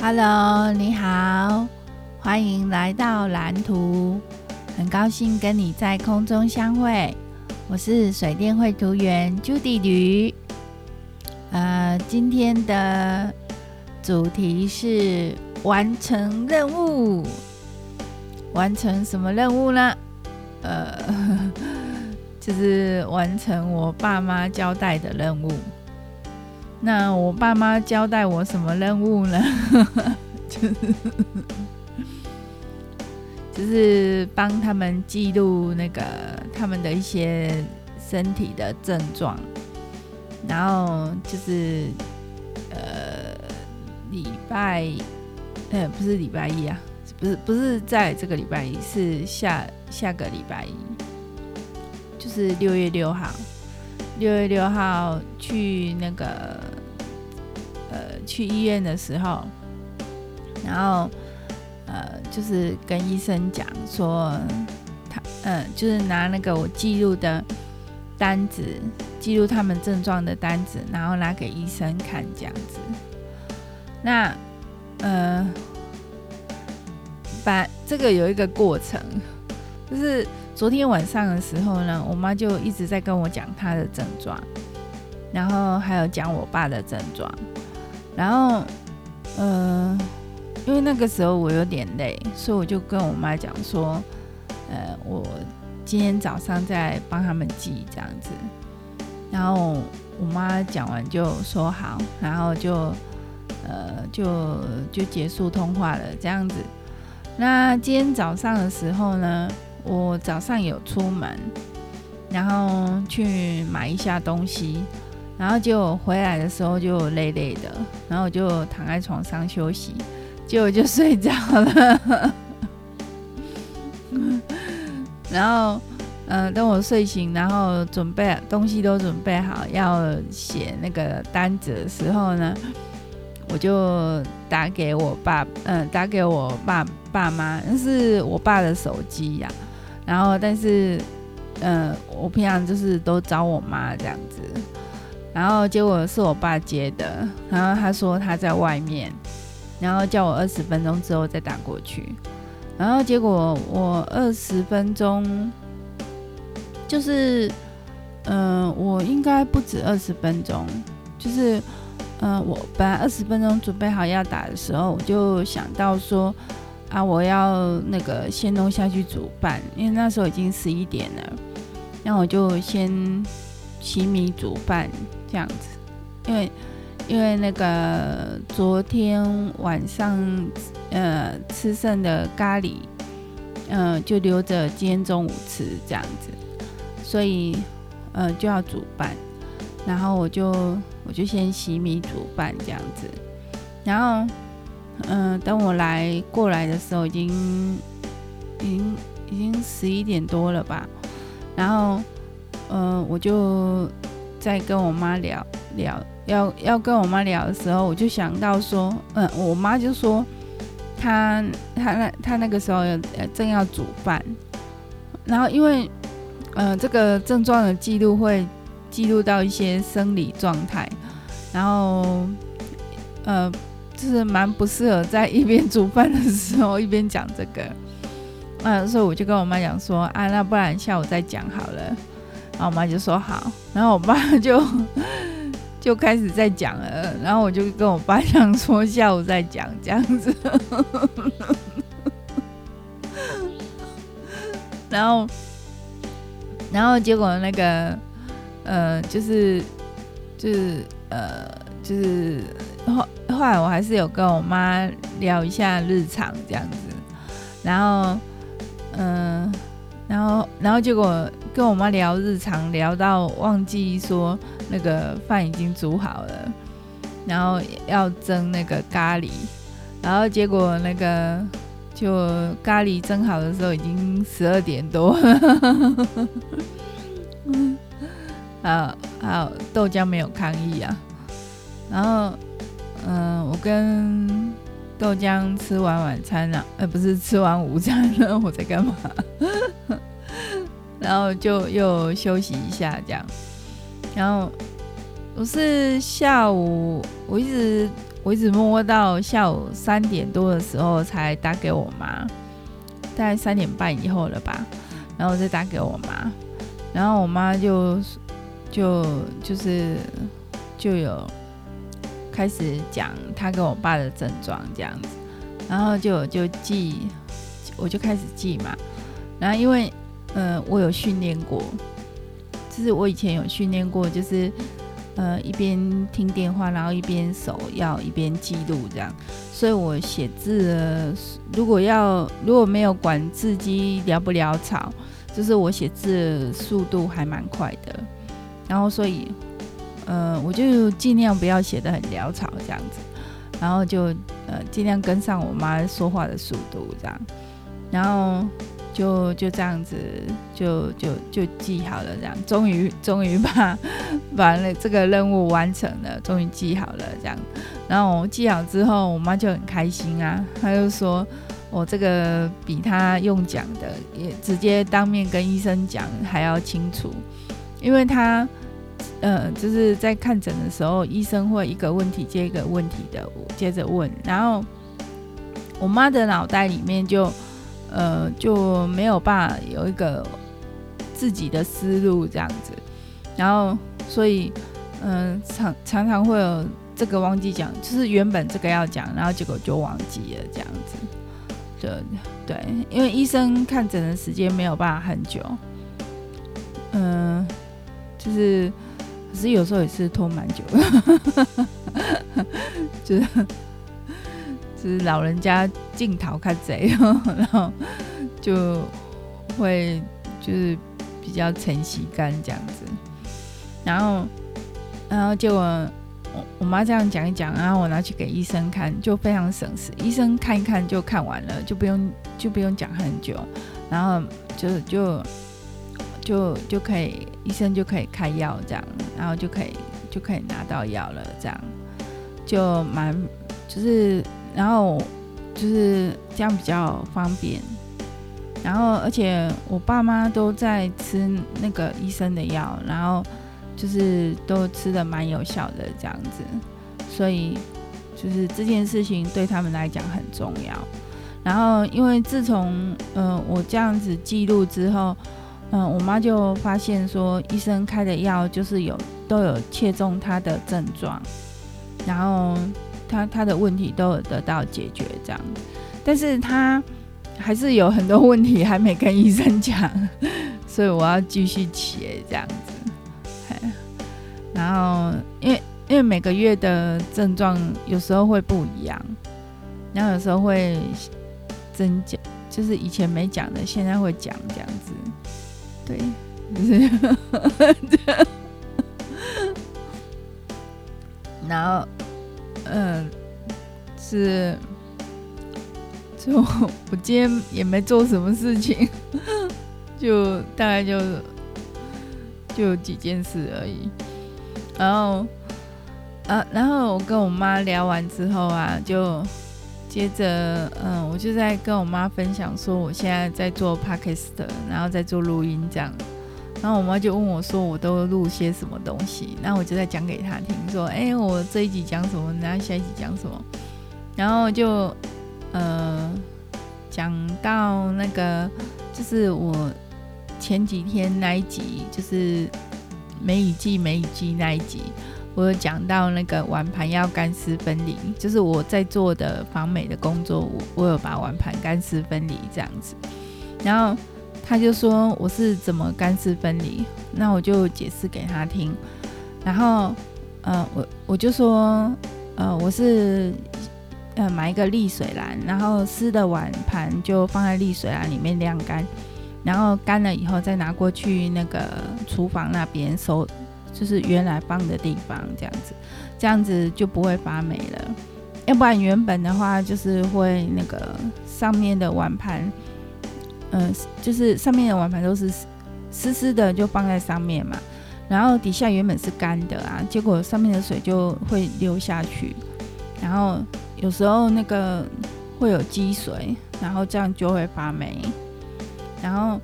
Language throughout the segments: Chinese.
Hello， 你好，欢迎来到蓝图，很高兴跟你在空中相会。我是水电绘图员 Judy 吕。今天的主题是完成任务。完成什么任务呢？就是完成我爸妈交代的任务。那我爸妈交代我什么任务呢？就是帮他们记录那个他们的一些身体的症状，然后就是不是礼拜一啊，不是在这个礼拜一，是下个礼拜一，就是6月6号。6月6号去那个去医院的时候，然后就是跟医生讲说，就是拿那个我记录的单子，记录他们症状的单子，然后拿给医生看这样子。那这个有一个过程，就是昨天晚上的时候呢，我妈就一直在跟我讲她的症状，然后还有讲我爸的症状，然后因为那个时候我有点累，所以我就跟我妈讲说，我今天早上再帮他们记这样子。然后我妈讲完就说好，然后就结束通话了这样子。那今天早上的时候呢，我早上有出门，然后去买一下东西，然后结果回来的时候就累累的，然后我就躺在床上休息，结果就睡着了。然后等我睡醒，然后准备东西都准备好要写那个单子的时候呢，我就打给我爸妈，那是我爸的手机呀。然后但是我平常就是都找我妈这样子，然后结果是我爸接的，然后他说他在外面，然后叫我20分钟之后再打过去。然后结果我20分钟，就是我应该不止20分钟，就是我本来20分钟准备好要打的时候，我就想到说我要那个先弄下去煮饭，因为那时候已经11点了，然后我就先洗米煮饭这样子，因为那个昨天晚上吃剩的咖喱就留着今天中午吃这样子，所以就要煮饭，然后我就先洗米煮饭这样子，然后等我过来的时候已经11点多了吧，然后我就在跟我妈聊，要跟我妈聊的时候，我就想到说，我妈就说她那个时候正要煮饭，然后因为这个症状的记录会记录到一些生理状态，然后就是蛮不适合在一边煮饭的时候一边讲这个，所以我就跟我妈讲说那不然下午再讲好了，然后我妈就说好，然后我爸就开始在讲了，然后我就跟我爸讲说下午再讲这样子。然后结果那个就是后来我还是有跟我妈聊一下日常这样子，然后结果跟我妈聊日常聊到忘记说那个饭已经煮好了，然后要蒸那个咖喱，然后结果那个就咖喱蒸好的时候已经12点多了。好，豆浆没有抗议啊。然后我跟豆浆吃完晚餐了，不是吃完午餐了，我在干嘛？然后就又休息一下这样。然后我是下午我一直我一直摸到下午3点多的时候才打给我妈，大概3点半以后了吧，然后我再打给我妈，然后我妈就是有开始讲她跟我爸的症状这样子，然后就记，我就开始记嘛，然后因为我有训练过，就是我以前有训练过，就是一边听电话，然后一边手要一边记录这样，所以我写字如果没有管字迹潦不潦草，就是我写字的速度还蛮快的，然后所以我就尽量不要写得很潦草这样子，然后就尽量跟上我妈说话的速度这样，然后就这样子就记好了这样，终于把这个任务完成了，终于记好了这样。然后我记好之后，我妈就很开心啊，她就说我这个比她用讲的，也直接当面跟医生讲还要清楚，因为她就是在看诊的时候，医生会一个问题接一个问题的接着问，然后我妈的脑袋里面就没有办法有一个自己的思路这样子，然后所以常常会有这个忘记讲，就是原本这个要讲，然后结果就忘记了这样子。对，因为医生看诊的时间没有办法很久，就是可是有时候也是拖蛮久的，就是老人家镜头看贼，然后就会就是比较晨曦干这样子，然后结果我妈这样讲一讲，然后我拿去给医生看，就非常省时，医生看一看就看完了，就不用讲很久，然后就可以，医生就可以开药这样，然后就可以拿到药了，这样就就是然后就是这样比较方便，然后而且我爸妈都在吃那个医生的药，然后就是都吃得蛮有效的这样子，所以就是这件事情对他们来讲很重要。然后因为自从我这样子记录之后，我妈就发现说医生开的药就是都有切中她的症状，然后她的问题都有得到解决这样，但是她还是有很多问题还没跟医生讲，所以我要继续写这样子。然后因为每个月的症状有时候会不一样，然后有时候会增加，就是以前没讲的现在会讲这样子，对，就是然后是就我今天也没做什么事情，就大概就几件事而已，然后我跟我妈聊完之后啊，就接着我就在跟我妈分享说我现在在做 podcast， 然后在做录音这样，然后我妈就问我说我都录些什么东西，然后我就在讲给她听说我这一集讲什么，然后下一集讲什么，然后就讲到那个就是我前几天那一集，就是梅雨季那一集，我有讲到那个碗盘要干湿分离，就是我在做的防美的工作，我有把碗盘干湿分离这样子，然后他就说我是怎么干湿分离，那我就解释给他听，然后我就说我是买一个沥水篮，然后湿的碗盘就放在沥水篮里面晾干，然后干了以后再拿过去那个厨房那边收，就是原来放的地方这样子就不会发霉了，要不然原本的话就是会那个上面的碗盘就是上面的碗盘都是湿湿的就放在上面嘛，然后底下原本是干的啊，结果上面的水就会流下去，然后有时候那个会有积水，然后这样就会发霉，然后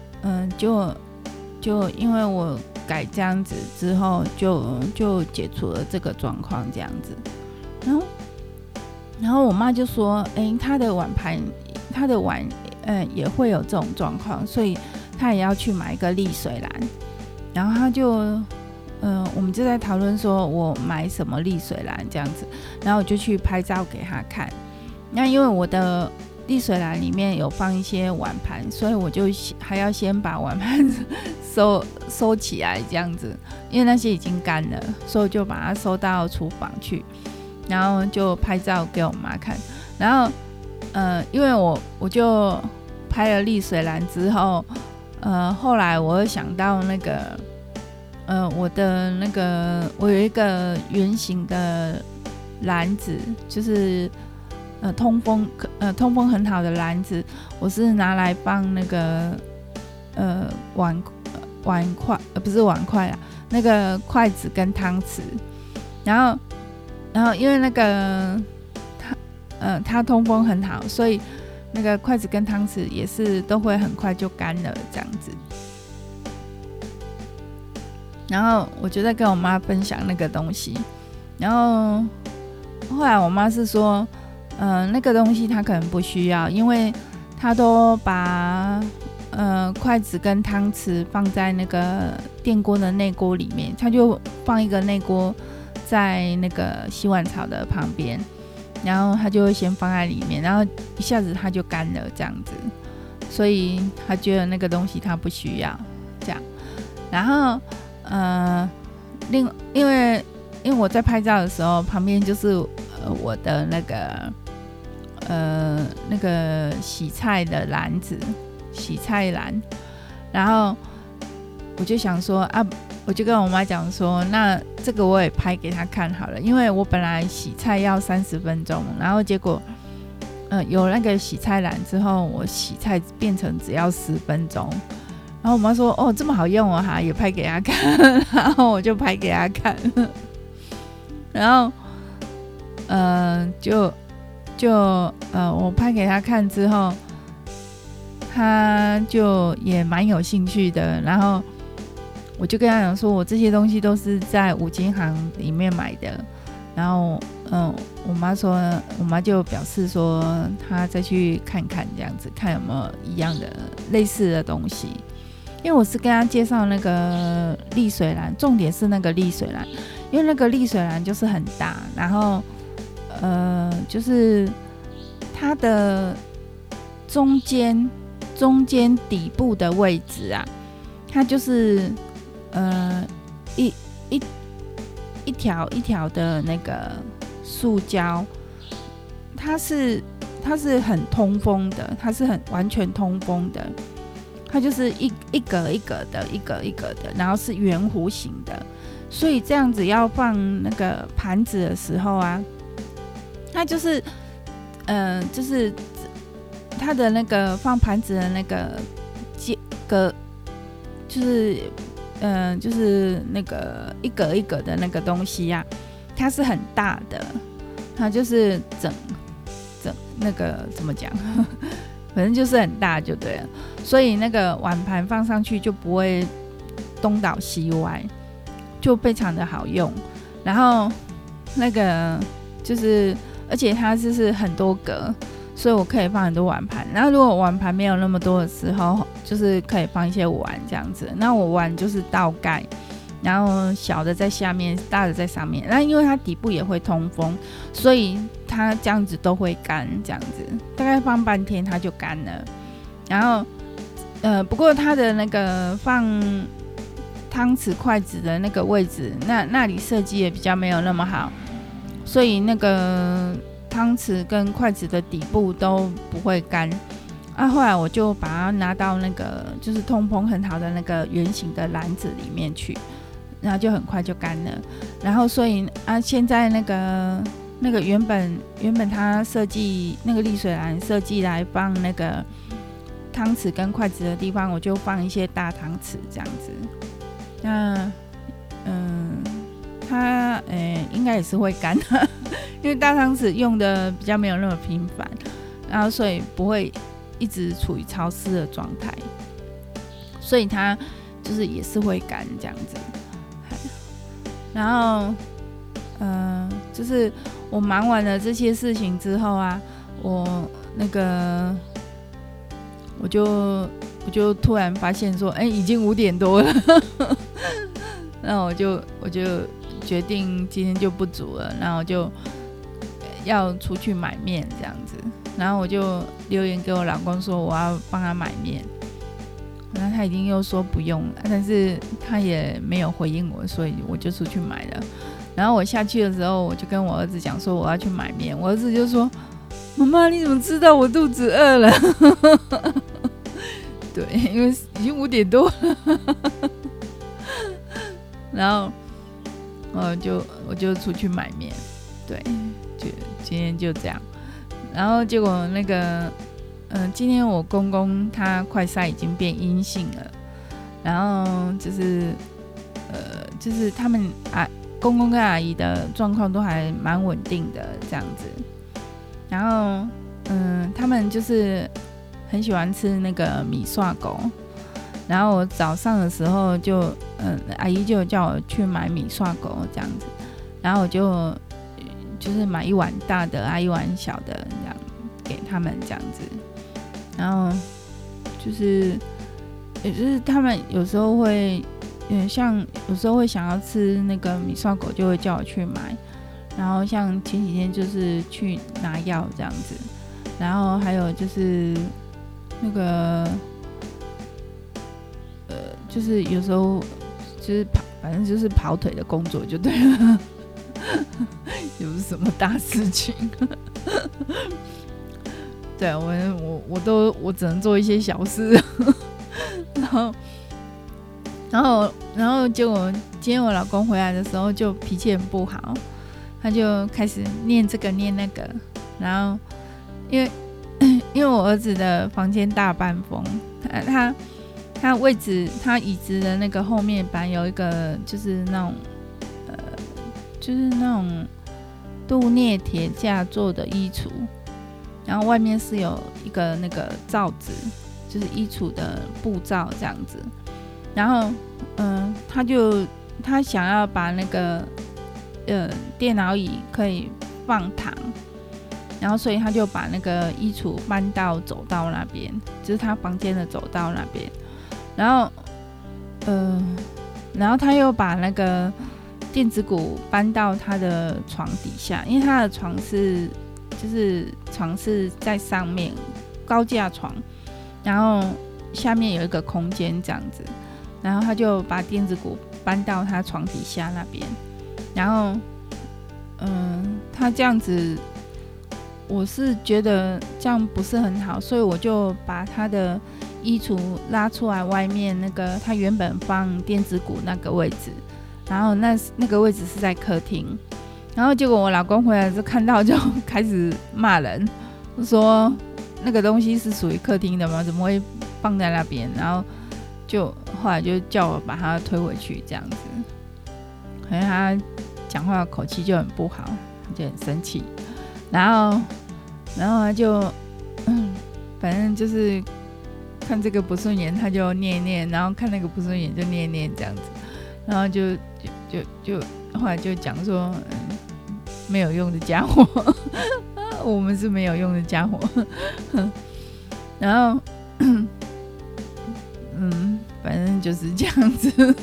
就因为我改这样子之后就解除了这个状况这样子，然后然后我妈就说，她的碗也会有这种状况，所以她也要去买一个沥水篮。然后她就我们就在讨论说我买什么沥水篮这样子，然后我就去拍照给她看。那因为我的沥水篮里面有放一些碗盘，所以我就还要先把碗盘收起来这样子，因为那些已经干了，所以我就把它收到厨房去，然后就拍照给我妈看。然后因为我就拍了沥水篮之后，后来我又想到那个我有一个圆形的篮子，就是通风很好的篮子，我是拿来放那个碗筷，不是碗筷啦，那个筷子跟汤匙。然后因为那个它通风很好，所以那个筷子跟汤匙也是都会很快就干了这样子。然后我就在跟我妈分享那个东西，然后后来我妈是说那个东西她可能不需要，因为她都把筷子跟汤匙放在那个电锅的内锅里面，她就放一个内锅在那个洗碗槽的旁边，然后她就会先放在里面，然后一下子它就干了这样子，所以她觉得那个东西她不需要这样。然后因为我在拍照的时候，旁边就是我的那个洗菜的篮子，洗菜篮。然后我就想说我就跟我妈讲说，那这个我也拍给她看好了，因为我本来洗菜要30分钟，然后结果有那个洗菜篮之后，我洗菜变成只要10分钟。然后我妈说这么好用哦，哈，也拍给她看。然后我就拍给她看。然后我拍给她看之后，她就也蛮有兴趣的。然后我就跟她讲说，我这些东西都是在五金行里面买的。然后我妈就表示说，她再去看看这样子，看有没有一样的类似的东西。因为我是跟她介绍那个沥水篮，重点是那个沥水篮，因为那个沥水篮就是很大，然后就是它的中间底部的位置啊，它就是一条一条的那个塑胶，它是很通风的，它是很完全通风的，它就是一格一格的，一格一格的，然后是圆弧形的，所以这样子要放那个盘子的时候啊，它就是就是它的那个放盘子的那个就是那个一格一格的那个东西啊，它是很大的，它就是整那个怎么讲，反正就是很大就对了，所以那个碗盘放上去就不会东倒西歪，就非常的好用。然后那个就是而且它就是很多格，所以我可以放很多碗盘。然后如果碗盘没有那么多的时候，就是可以放一些碗这样子。那我碗就是倒盖，然后小的在下面，大的在上面。那因为它底部也会通风，所以它这样子都会干，这样子大概放半天它就干了。然后不过它的那个放汤匙筷子的那个位置，那里设计也比较没有那么好，所以那个汤匙跟筷子的底部都不会干。后来我就把它拿到那个就是通风很好的那个圆形的篮子里面去，然后就很快就干了。然后所以现在那个原本它设计那个沥水篮设计来放那个汤匙跟筷子的地方，我就放一些大汤匙这样子。那它应该也是会干的，因为大汤匙用的比较没有那么频繁，然后所以不会一直处于潮湿的状态，所以它就是也是会干这样子。然后就是我忙完了这些事情之后啊，我就突然发现说，已经5点多了，那我就决定今天就不煮了，然后我就要出去买面这样子，然后我就留言给我老公说我要帮他买面，然后他已经又说不用了，但是他也没有回应我，所以我就出去买了。然后我下去的时候，我就跟我儿子讲说我要去买面，我儿子就说：“妈妈，你怎么知道我肚子饿了？”对，因为已经5点多了。然后我就出去买面，对，就今天就这样。然后结果今天我公公他快筛已经变阴性了，然后就是他们公公跟阿姨的状况都还蛮稳定的这样子，然后他们就是很喜欢吃那个米刷狗，然后我早上的时候就阿姨就叫我去买米刷狗这样子，然后我就是买1碗大的1碗小的这样给他们这样子，然后就是他们有时候会像有时候会想要吃那个米刷狗，就会叫我去买，然后像前几天就是去拿药这样子，然后还有就是就是有时候就是反正就是跑腿的工作就对了，也不是什么大事情。对，我只能做一些小事。然后结果今天我老公回来的时候就脾气很不好，他就开始念这个念那个，然后因为我儿子的房间大半风，他位置他椅子的那个后面板有一个就是那种镀镍铁架做的衣橱，然后外面是有一个那个罩子，就是衣橱的布罩这样子，然后他想要把那个电脑椅可以放躺，然后所以他就把那个衣橱搬到走道那边，就是他房间的走道那边，然后他又把那个电子鼓搬到他的床底下，因为他的床是在上面高架床，然后下面有一个空间这样子，然后他就把电子鼓搬到他床底下那边，然后他这样子我是觉得这样不是很好，所以我就把他的衣橱拉出来外面那个他原本放电子鼓那个位置，然后那个位置是在客厅，然后结果我老公回来就看到就开始骂人，说那个东西是属于客厅的吗？怎么会放在那边？然后后来就叫我把它推回去这样子，可能他讲话的口气就很不好，就很生气，然后他就反正就是看这个不顺眼他就念念，然后看那个不顺眼就念念这样子，然后就后来就讲说没有用的家伙我们是没有用的家伙然后反正就是这样子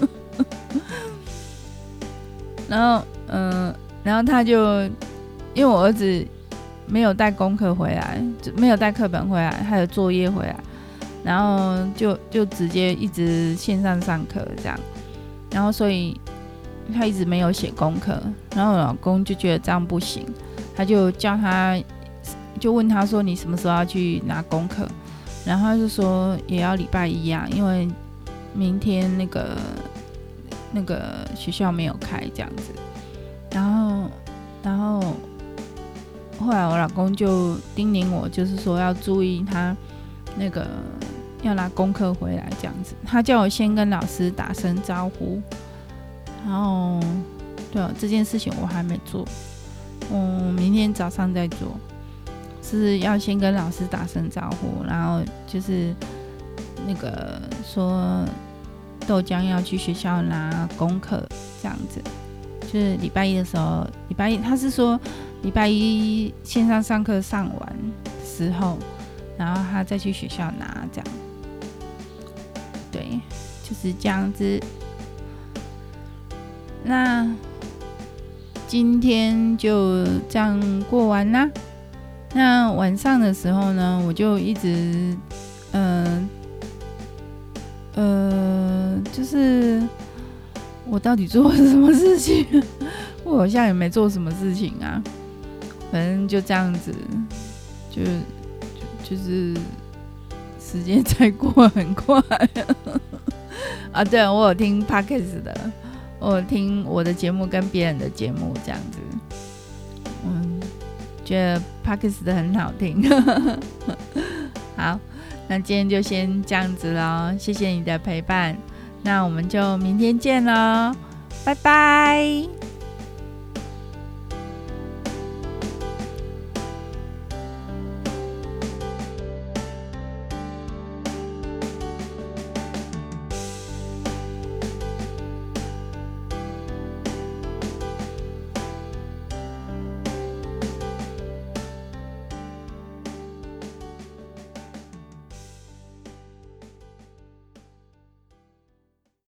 然后他就因为我儿子没有带功课回来，没有带课本回来，还有作业回来，然后就直接一直线上上课这样，然后所以他一直没有写功课，然后我老公就觉得这样不行，他就就问他说你什么时候要去拿功课，然后他就说也要礼拜一啊，因为明天那个学校没有开这样子，然后后来我老公就叮咛我，就是说要注意他那个要拿功课回来这样子，他叫我先跟老师打声招呼，然后对这件事情我还没做，明天早上再做，是要先跟老师打声招呼，然后就是那个说豆浆要去学校拿功课这样子， 就是礼拜一的时候，礼拜一他是说礼拜一线上上课上完时候，然后他再去学校拿这样。对，就是这样子。那今天就这样过完啦。那晚上的时候呢，我就一直就是我到底做了什么事情？我好像也没做什么事情啊，反正就这样子，就是时间才过很快啊。对，我有听 Podcast 的，我有听我的节目跟别人的节目这样子，觉得 Podcast 的很好听。好，那今天就先这样子咯，谢谢你的陪伴，那我们就明天见咯，拜拜。